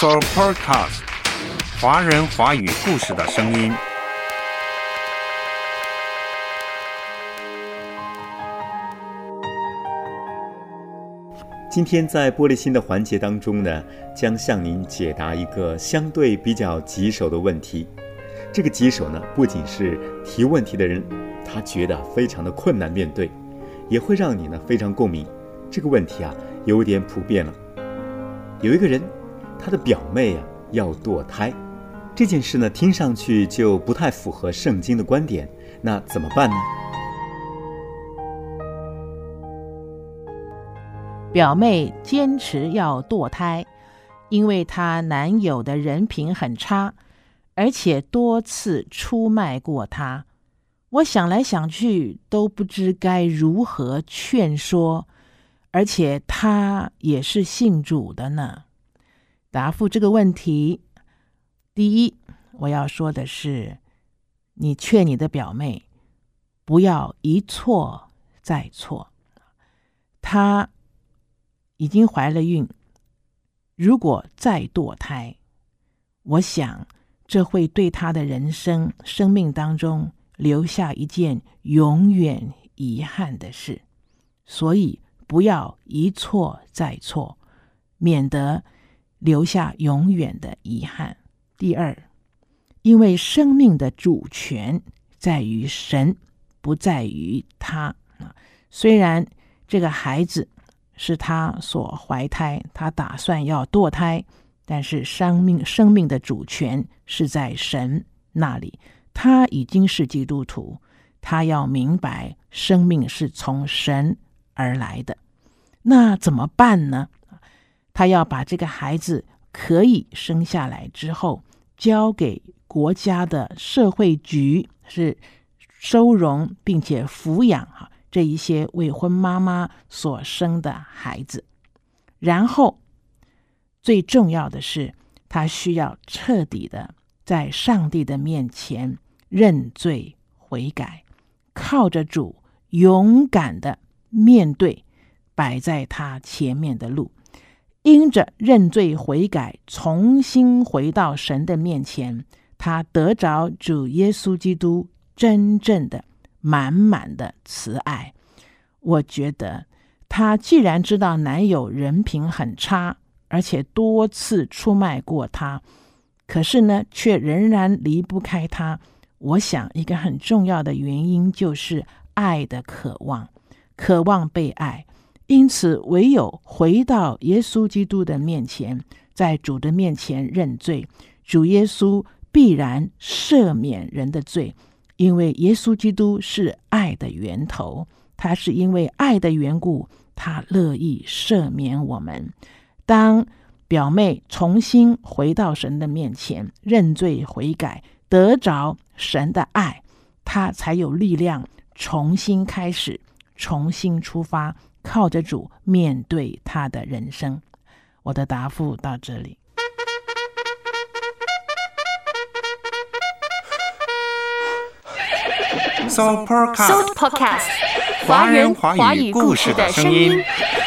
Soul Podcast 华人华语故事的声音。 今天在玻璃心的环节当中呢，将向您解答一个相对比较棘手的问题。这个棘手呢，不仅是提问题的人他觉得非常的困难面对，也会让你呢非常共鸣。这个问题有点普遍了。有一个人，他的表妹要堕胎，这件事呢听上去就不太符合圣经的观点，那怎么办呢？ 表妹坚持要堕胎，因为她男友的人品很差，而且多次出卖过她。我想来想去都不知该如何劝说，而且她也是信主的呢。答复这个问题，第一，我要说的是，你劝你的表妹不要一错再错。她已经怀了孕，如果再堕胎，我想这会对她的生命当中留下一件永远遗憾的事，所以不要一错再错，免得留下永远的遗憾。第二，因为生命的主权在于神，不在于他。虽然这个孩子是他所怀胎，他打算要堕胎，但是生命的主权是在神那里。他已经是基督徒，他要明白生命是从神而来的。那怎么办呢？他要把这个孩子可以生下来之后，交给国家的社会局，是收容并且抚养这一些未婚妈妈所生的孩子。然后最重要的是，他需要彻底的在上帝的面前认罪悔改，靠着主勇敢的面对摆在他前面的路，因着认罪悔改重新回到神的面前，他得着主耶稣基督真正的满满的慈爱。我觉得她既然知道男友人品很差，而且多次出卖过她，可是呢却仍然离不开他。我想一个很重要的原因就是爱的渴望，渴望被爱。因此唯有回到耶稣基督的面前，在主的面前认罪，主耶稣必然赦免人的罪，因为耶稣基督是爱的源头，他是因为爱的缘故，他乐意赦免我们。当表妹重新回到神的面前认罪悔改，得着神的爱，他才有力量重新开始，重新出发，靠着主面对他的人生。我的答复到这里。 Soul Podcast 华人华语故事的声音。